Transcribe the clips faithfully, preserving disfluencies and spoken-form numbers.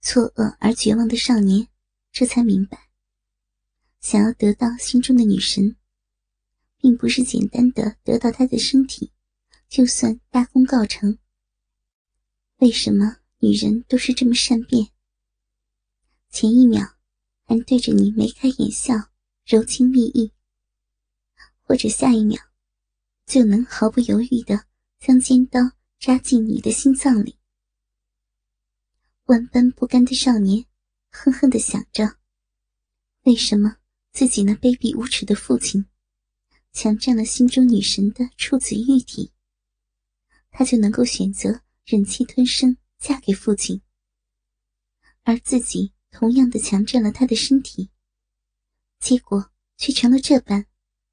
错愕而绝望的少年这才明白，想要得到心中的女神，并不是简单的得到她的身体就算大功告成。为什么女人都是这么善变？前一秒还对着你眉开眼笑，柔情蜜意，或者下一秒就能毫不犹豫地将尖刀扎进你的心脏里。万般不甘的少年恨恨地想着，为什么自己那卑鄙无耻的父亲强占了心中女神的处子玉体，他就能够选择忍气吞声嫁给父亲，而自己同样的强占了他的身体，结果却成了这般。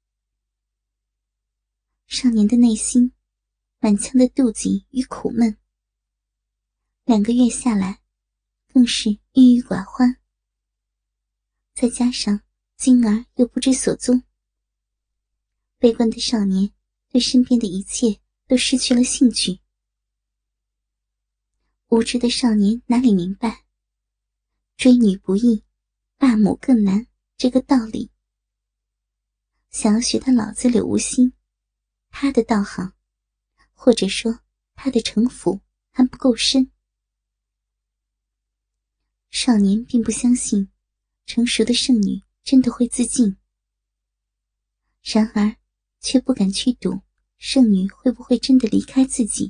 少年的内心满腔的妒忌与苦闷，两个月下来更是郁郁寡欢，再加上金儿又不知所踪，悲观的少年对身边的一切都失去了兴趣。无知的少年哪里明白追女不易，霸母更难这个道理。想要学他老子柳无心，他的道行，或者说他的城府还不够深。少年并不相信成熟的圣女真的会自尽，然而却不敢去赌圣女会不会真的离开自己。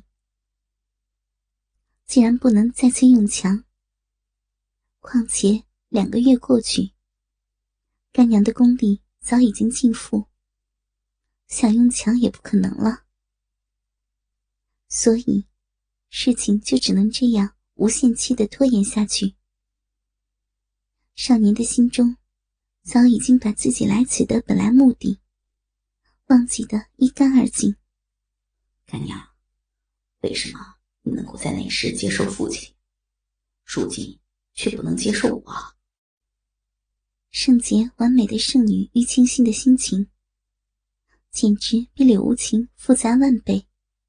既然不能再次用强，况且两个月过去，干娘的功力早已经尽复，想用强也不可能了。所以事情就只能这样无限期的拖延下去。少年的心中早已经把自己来此的本来目的忘记得一干二净。 干娘，为什么你能够在那时接受父亲，如今却不能接受我？ 圣洁完美的圣女玉清心的心情简直比柳无情复杂万倍。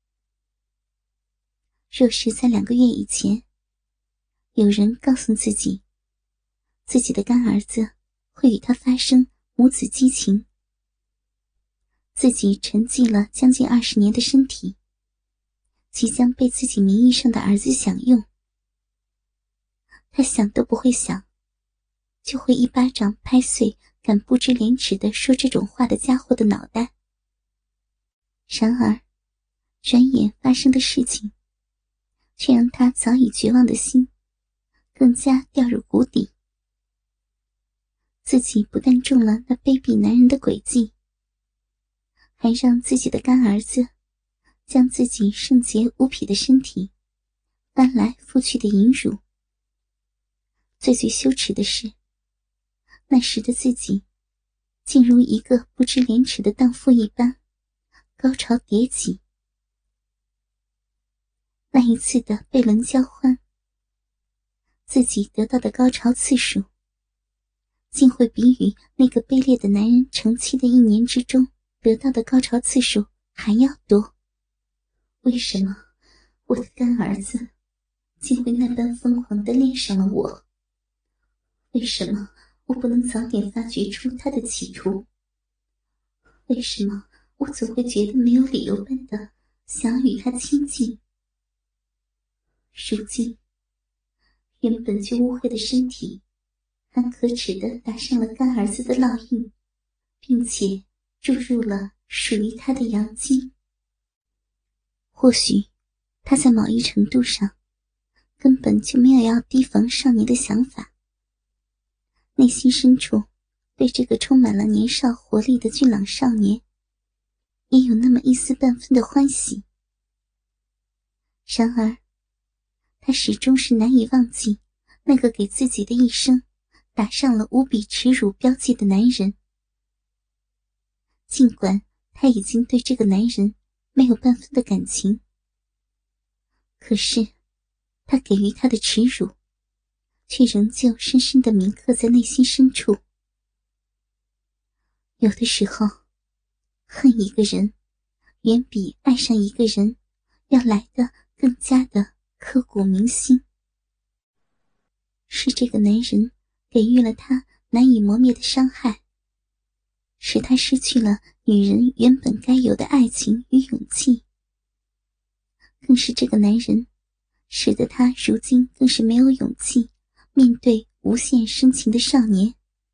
若是在两个月以前，有人告诉自己自己的干儿子会与他发生母子激情，自己沉寂了将近二十年的身体即将被自己名义上的儿子享用，他想都不会想，就会一巴掌拍碎敢不知廉耻地说这种话的家伙的脑袋。然而转眼发生的事情却让他早已绝望的心更加掉入谷底。自己不但中了那卑鄙男人的诡计，还让自己的干儿子将自己圣洁无匹的身体翻来覆去的淫辱。最最羞耻的是，那时的自己竟如一个不知廉耻的荡妇一般，高潮迭起。那一次的被轮交欢，自己得到的高潮次数竟会比与那个卑劣的男人成妻的一年之中得到的高潮次数还要多。为什么我的干儿子竟会那般疯狂地恋上了我？为什么我不能早点发觉出他的企图？为什么我总会觉得没有理由般的想与他亲近？如今原本就污秽的身体还可耻地打上了干儿子的烙印，并且注入了属于他的阳精。或许他在某一程度上根本就没有要提防少年的想法，内心深处对这个充满了年少活力的俊朗少年也有那么一丝半分的欢喜。然而他始终是难以忘记那个给自己的一生打上了无比耻辱标记的男人。尽管他已经对这个男人没有半分的感情，可是他给予他的耻辱却仍旧深深地铭刻在内心深处。有的时候恨一个人远比爱上一个人要来得更加的刻骨铭心。 是这个男人给予了他难以磨灭的伤害，使他失去了女人原本该有的爱情与勇气，更是这个男人使得他如今更是没有勇气面对无限深情的少年。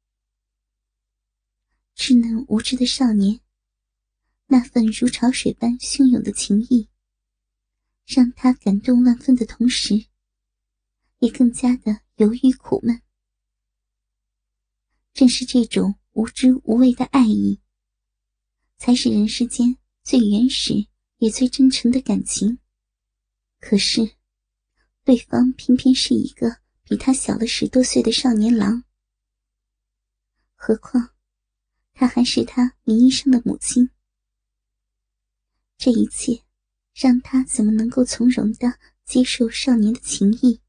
稚嫩无知的少年，那份如潮水般汹涌的情意，让他感动万分的同时，也更加的犹豫苦闷。正是这种无知无畏的爱意，才是人世间最原始也最真诚的感情。可是对方偏偏是一个比他小了十多岁的少年郎，何况他还是他名义上的母亲。这一切让他怎么能够从容地接受少年的情意？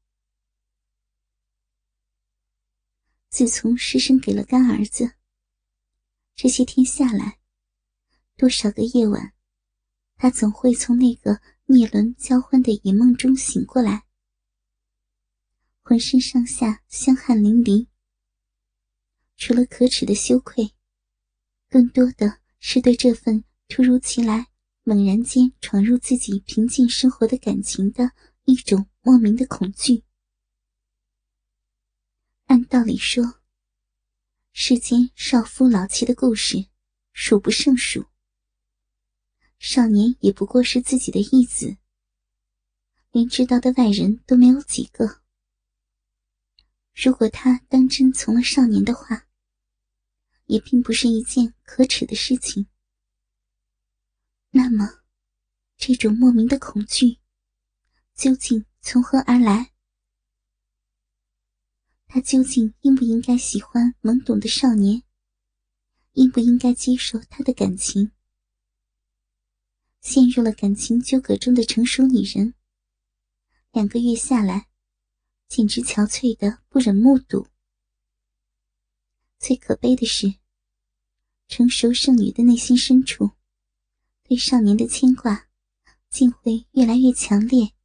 自从师生给了干儿子，这些天下来，多少个夜晚，他总会从那个孽轮交欢的野梦中醒过来，浑身上下香汗淋漓。除了可耻的羞愧，更多的是对这份突如其来猛然间闯入自己平静生活的感情的一种莫名的恐惧。按道理说，世间少夫老妻的故事数不胜数，少年也不过是自己的义子，连知道的外人都没有几个。如果他当真从了少年的话，也并不是一件可耻的事情。那么这种莫名的恐惧究竟从何而来？他究竟应不应该喜欢懵懂的少年？应不应该接受他的感情？陷入了感情纠葛中的成熟女人，两个月下来，简直憔悴得不忍目睹。最可悲的是，成熟剩女的内心深处，对少年的牵挂竟会越来越强烈。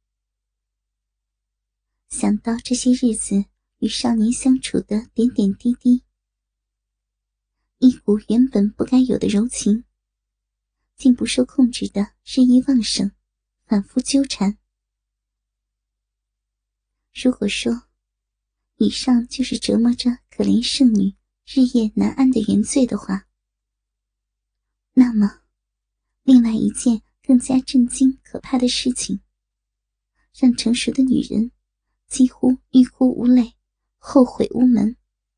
想到这些日子与少年相处的点点滴滴，一股原本不该有的柔情，竟不受控制的日益旺盛，反复纠缠。如果说以上就是折磨着可怜剩女日夜难安的原罪的话，那么另外一件更加震惊可怕的事情，让成熟的女人几乎欲哭无泪，后悔无门。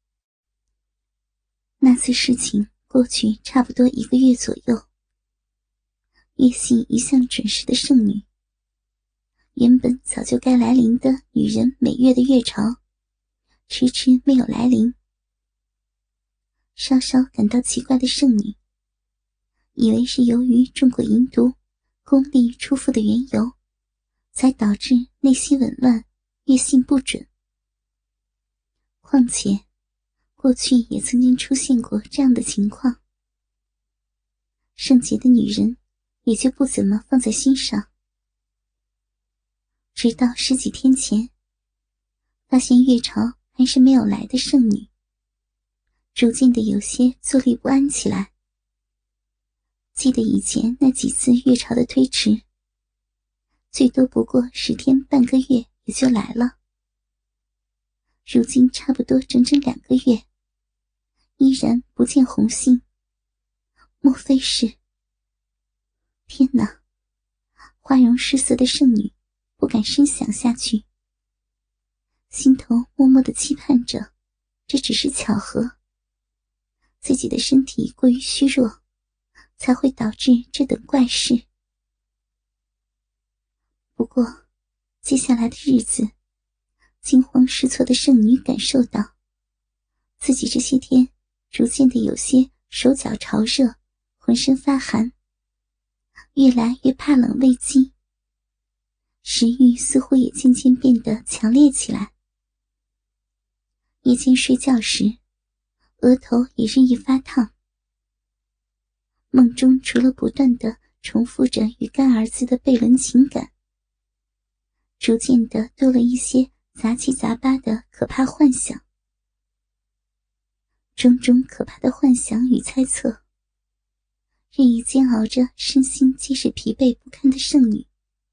那次事情过去差不多一个月左右，月信一向准时的剩女，原本早就该来临的女人每月的月潮，迟迟没有来临。稍稍感到奇怪的剩女，以为是由于中过银毒，功力出复的缘由，才导致内息紊乱，月信不准。况且过去也曾经出现过这样的情况，圣洁的女人也就不怎么放在心上。直到十几天前，发现月潮还是没有来的圣女，逐渐的有些坐立不安起来。记得以前那几次月潮的推迟，最多不过十天半个月也就来了，如今差不多整整两个月，依然不见红星。莫非是……天哪！花容失色的圣女不敢深想下去，心头默默地期盼着这只是巧合，自己的身体过于虚弱，才会导致这等怪事。不过接下来的日子，惊慌失措的圣女感受到自己这些天逐渐的有些手脚潮热，浑身发寒，越来越怕冷畏饥，食欲似乎也渐渐变得强烈起来。夜间睡觉时，额头也日益发烫。梦中除了不断地重复着与干儿子的悖论情感，逐渐地多了一些杂七杂八的可怕幻想。种种可怕的幻想与猜测，日益煎熬着身心皆是疲惫不堪的圣女。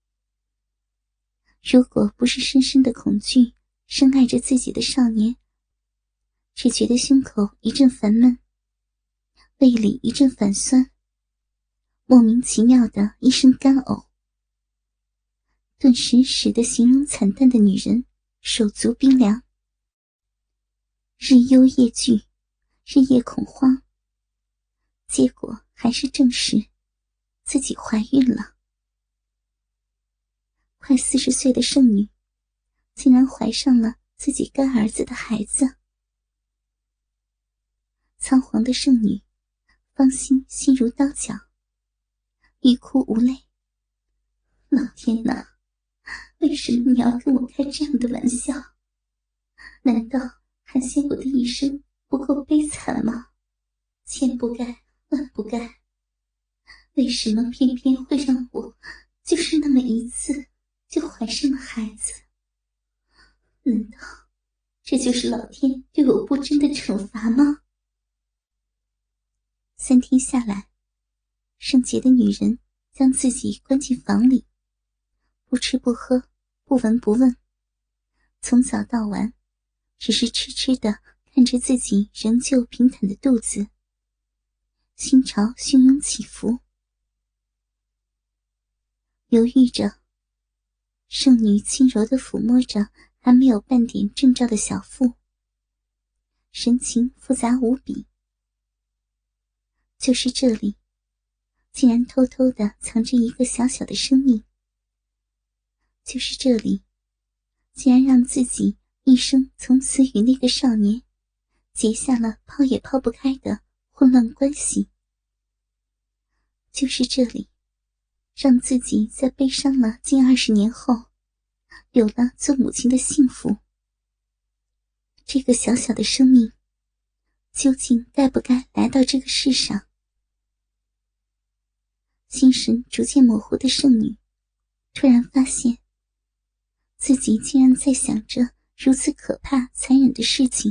如果不是深深的恐惧深爱着自己的少年，只觉得胸口一阵烦闷，胃里一阵反酸，莫名其妙的一声干呕，顿时使得形容惨淡的女人手足冰凉。日忧夜惧，日夜恐慌，结果还是证实自己怀孕了。快四十岁的圣女竟然怀上了自己干儿子的孩子。仓皇的圣女芳心心如刀绞，欲哭无泪。老天哪，为什么你要跟我开这样的玩笑？难道还嫌我的一生不够悲惨吗？千不该万不该，为什么偏偏会让我就是那么一次就怀上了孩子？难道这就是老天对我不贞的惩罚吗？三天下来，圣洁的女人将自己关进房里，不吃不喝，不闻不问，从早到晚只是痴痴地看着自己仍旧平坦的肚子，心潮汹涌起伏。犹豫着，圣女轻柔地抚摸着还没有半点征兆的小腹，神情复杂无比。就是这里，竟然偷偷地藏着一个小小的生命。就是这里，竟然让自己一生从此与那个少年结下了抛也抛不开的混乱关系。就是这里，让自己在悲伤了近二十年后，有了做母亲的幸福。这个小小的生命，究竟该不该来到这个世上？心神逐渐模糊的圣女，突然发现，自己竟然在想着如此可怕残忍的事情。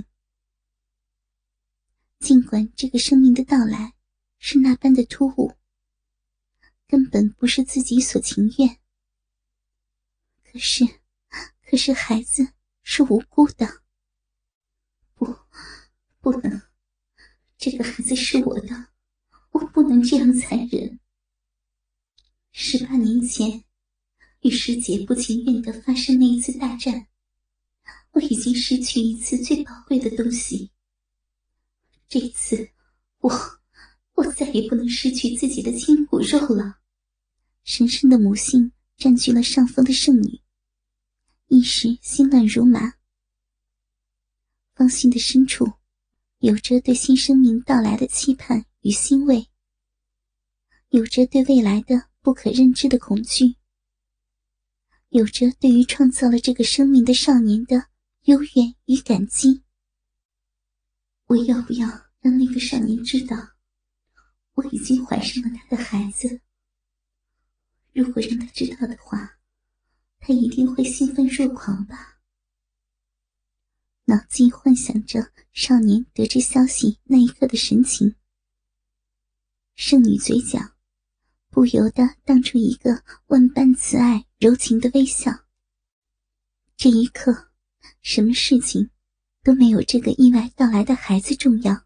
尽管这个生命的到来是那般的突兀，根本不是自己所情愿，可是可是孩子是无辜的。不，不能，这个孩子是我的，我不能这样残忍。十八年前与师姐不情愿地发生那一次大战，我已经失去一次最宝贵的东西。这次我我再也不能失去自己的亲骨肉了。神圣的母性占据了上风的圣女，一时心乱如麻。芳心的深处有着对新生命到来的期盼与欣慰，有着对未来的不可认知的恐惧，有着对于创造了这个生命的少年的幽怨与感激。我要不要让那个少年知道我已经怀上了他的孩子？如果让他知道的话，他一定会兴奋若狂吧。脑际幻想着少年得知消息那一刻的神情，圣女嘴角不由得荡出一个万般慈爱柔情的微笑。这一刻，什么事情都没有这个意外到来的孩子重要。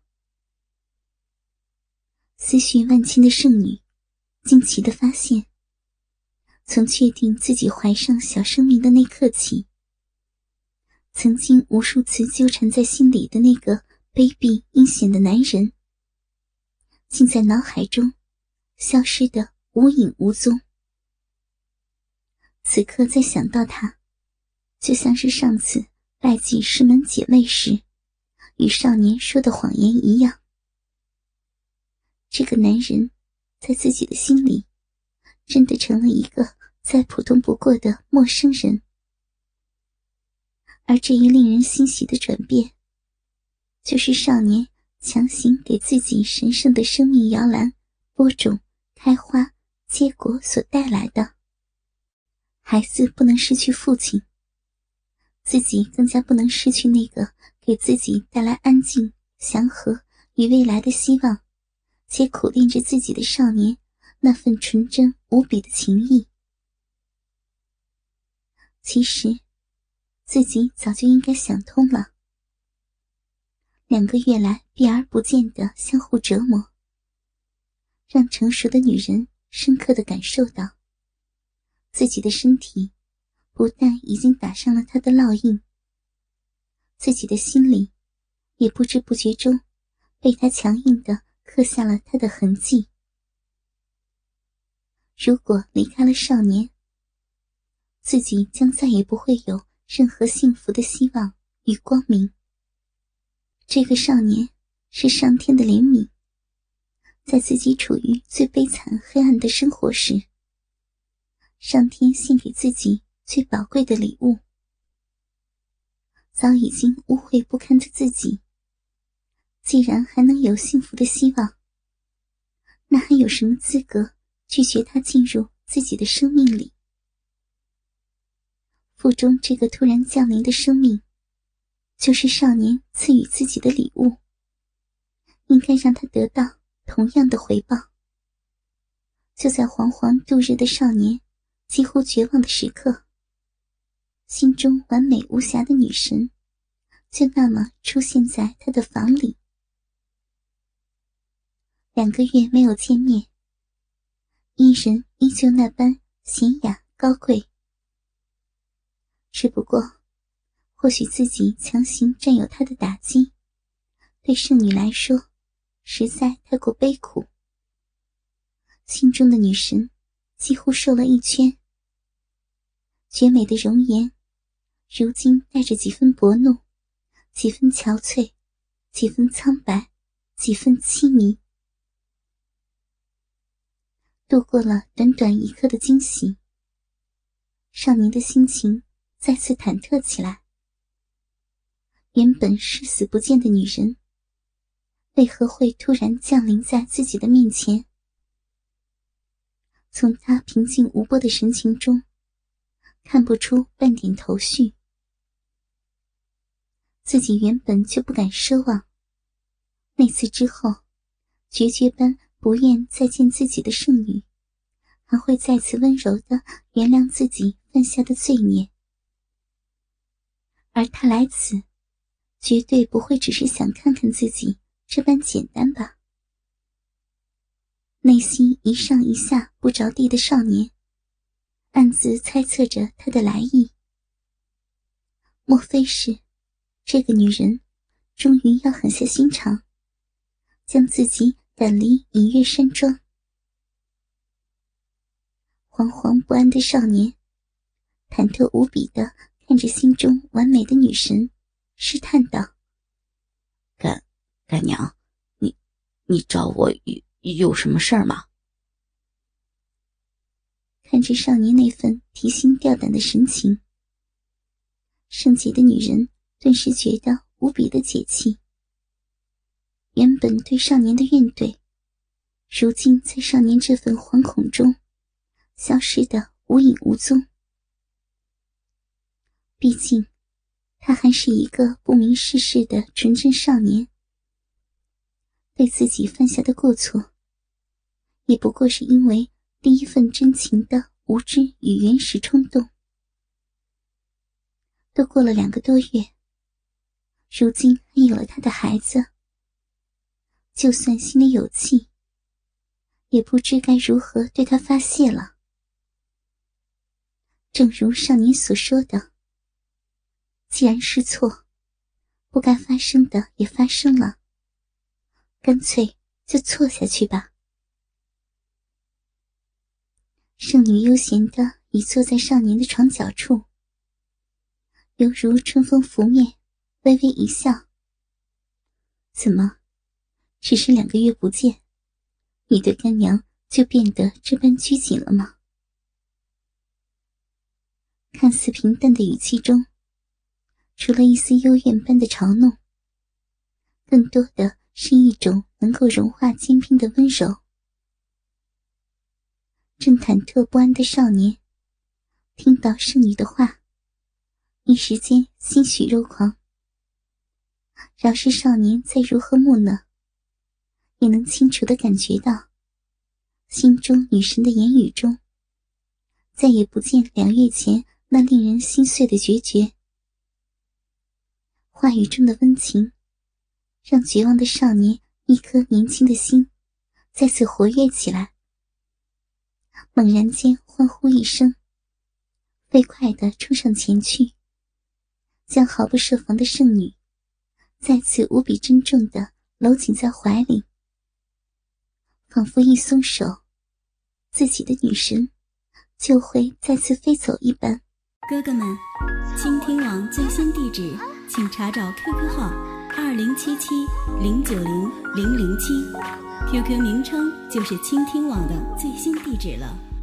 思绪万千的圣女惊奇地发现，从确定自己怀上小生命的那刻起，曾经无数次纠缠在心里的那个卑鄙阴险的男人，竟在脑海中消失得无影无踪。此刻再想到他，就像是上次拜祭师门姐妹时与少年说的谎言一样。这个男人在自己的心里真的成了一个再普通不过的陌生人。而这一令人欣喜的转变，就是少年强行给自己神圣的生命摇篮播种、开花、结果所带来的。孩子不能失去父亲， 自己更加不能失去那个给自己带来安静、祥和与未来的希望，且苦恋着自己的少年那份纯真无比的情谊。其实自己早就应该想通了，两个月来避而不见的相互折磨，让成熟的女人深刻地感受到，自己的身体不但已经打上了他的烙印，自己的心里也不知不觉中被他强硬地刻下了他的痕迹。如果离开了少年，自己将再也不会有任何幸福的希望与光明。这个少年是上天的怜悯，在自己处于最悲惨黑暗的生活时，上天献给自己最宝贵的礼物。早已经污秽不堪的自己，既然还能有幸福的希望，那还有什么资格拒绝他进入自己的生命里？腹中这个突然降临的生命，就是少年赐予自己的礼物，应该让他得到同样的回报。就在惶惶度日的少年几乎绝望的时刻，心中完美无瑕的女神就那么出现在他的房里。两个月没有见面，伊人依旧那般娴雅高贵，只不过或许自己强行占有她的打击，对圣女来说实在太过悲苦。心中的女神几乎瘦了一圈，绝美的容颜如今带着几分薄怒，几分憔悴，几分苍白，几分凄迷。度过了短短一刻的惊喜，少年的心情再次忐忑起来。原本视死不见的女人，为何会突然降临在自己的面前？从她平静无波的神情中，看不出半点头绪。自己原本就不敢奢望，那次之后，决绝般不愿再见自己的圣女，还会再次温柔地原谅自己犯下的罪孽。而他来此，绝对不会只是想看看自己这般简单吧？内心一上一下不着地的少年，暗自猜测着他的来意。莫非是这个女人终于要狠下心肠，将自己赶离隐月山庄？惶惶不安的少年忐忑无比地看着心中完美的女神，试探道： 干干娘，你你找我有有什么事儿吗？ 看着少年那份提心吊胆的神情，圣洁的女人顿时觉得无比的解气。原本对少年的怨怼，如今在少年这份惶恐中消失得无影无踪。毕竟他还是一个不明世事的纯真少年，对自己犯下的过错，也不过是因为第一份真情的无知与原始冲动。都过了两个多月，如今还有了他的孩子，就算心里有气，也不知该如何对他发泄了。正如少年所说的，既然是错，不该发生的也发生了，干脆就错下去吧。圣女悠闲地倚坐在少年的床角处，犹如春风拂面，微微一笑。怎么，只是两个月不见，你对干娘就变得这般拘谨了吗？看似平淡的语气中，除了一丝幽怨般的嘲弄，更多的是一种能够融化坚冰的温柔。正忐忑不安的少年听到圣女的话， 一时间心许肉狂。饶是少年再如何木讷，也能清楚地感觉到心中女神的言语中再也不见两月前那令人心碎的决绝。话语中的温情让绝望的少年一颗年轻的心再次活跃起来，猛然间欢呼一声，飞快地冲上前去，将毫不设防的圣女再次无比珍重地搂紧在怀里，仿佛一松手，自己的女神就会再次飞走一般。 哥哥们，倾听网最新地址请查找 Q Q 号二零七七零九零零零七 ，Q Q 名称就是倾听网的最新地址了。